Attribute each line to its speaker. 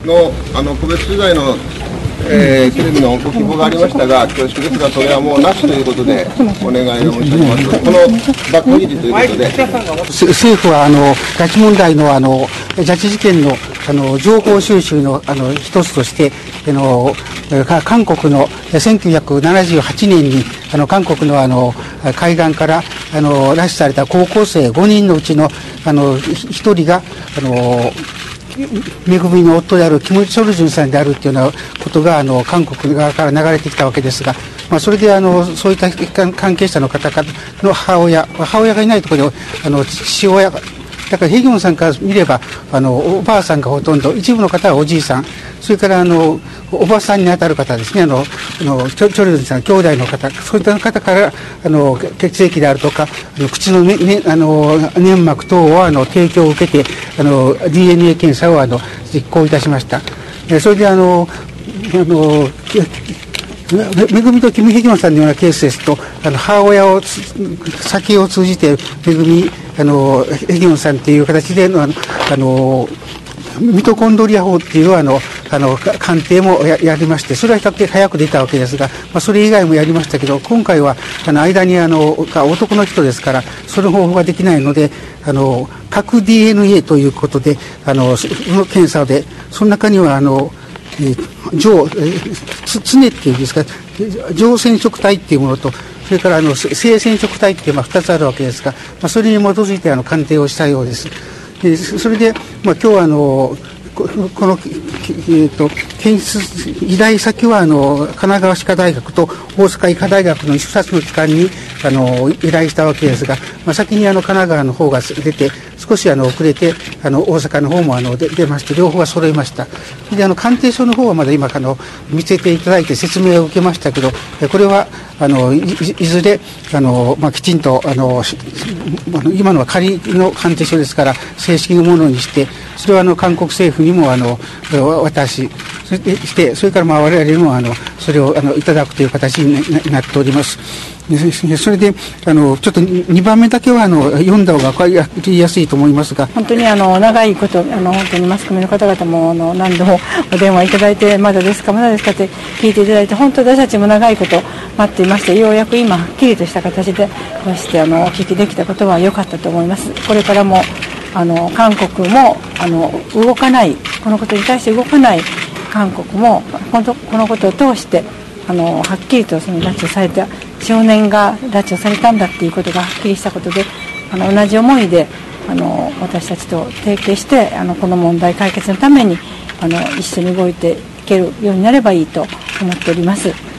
Speaker 1: の個別取材のテレビのご希望がありましたが、恐縮ですが、それはもうなしということで、お願いを申し上げます。このバック記事ということで、
Speaker 2: 政府は拉致問題の拉致事件の情報収集の一つとして、韓国の1978年に韓国の海岸から拉致された高校生5人のうちの1人がめぐみの夫であるキム・チョルジュンさんであるというようなことが韓国側から流れてきたわけですが、それでそういった関係者の方の母親がいないところで父親が、だからヘギョンさんから見ればおばあさんがほとんど、一部の方はおじいさん、それからおばさんにあたる方ですね、チョルジュンさん兄弟の方、そういった方から血液であるとか口の、粘膜等を提供を受けてDNA 検査を実行いたしました。それでめぐみとキム・ヘギョンさんのようなケースですと、母親を先を通じてめぐみヘギョンさんという形でミトコンドリア法っていう鑑定も やりまして、それは比較的早く出たわけですが、それ以外もやりましたけど、今回は間に男の人ですから、その方法ができないので核 DNA ということでその検査で、その中には常っていうんですか、上染色体っていうものと、それから性染色体って2つあるわけですが、それに基づいて鑑定をしたようです。それで、今日はこの検出依頼先は神奈川歯科大学と大阪医科大学の2つの機関に依頼したわけですが、先に神奈川の方が出て、少し遅れて大阪の方も出まして、両方が揃いました。で鑑定書の方はまだ今見せていただいて説明を受けましたけど、これはいずれきちんと今のは仮の鑑定書ですから正式なものにして、それは韓国政府にも渡し、それから我々もそれをいただくという形になっております。それでちょっと2番目だけは読んだ方が分かりやすいと思いますが、
Speaker 3: 本当に長いこと本当にマスコミの方々も何度もお電話いただいて、まだですかって聞いていただいて、本当私たちも長いこと待っていまして、ようやく今はっきりとした形でこうしてお聞きできたことは良かったと思います。これからも韓国も動かない、このことに対して動かない韓国も本当このことを通してはっきりとその拉致をされた少年が拉致をされたんだっていうことがはっきりしたことで、同じ思いで私たちと提携してこの問題解決のために一緒に動いていけるようになればいいと思っております。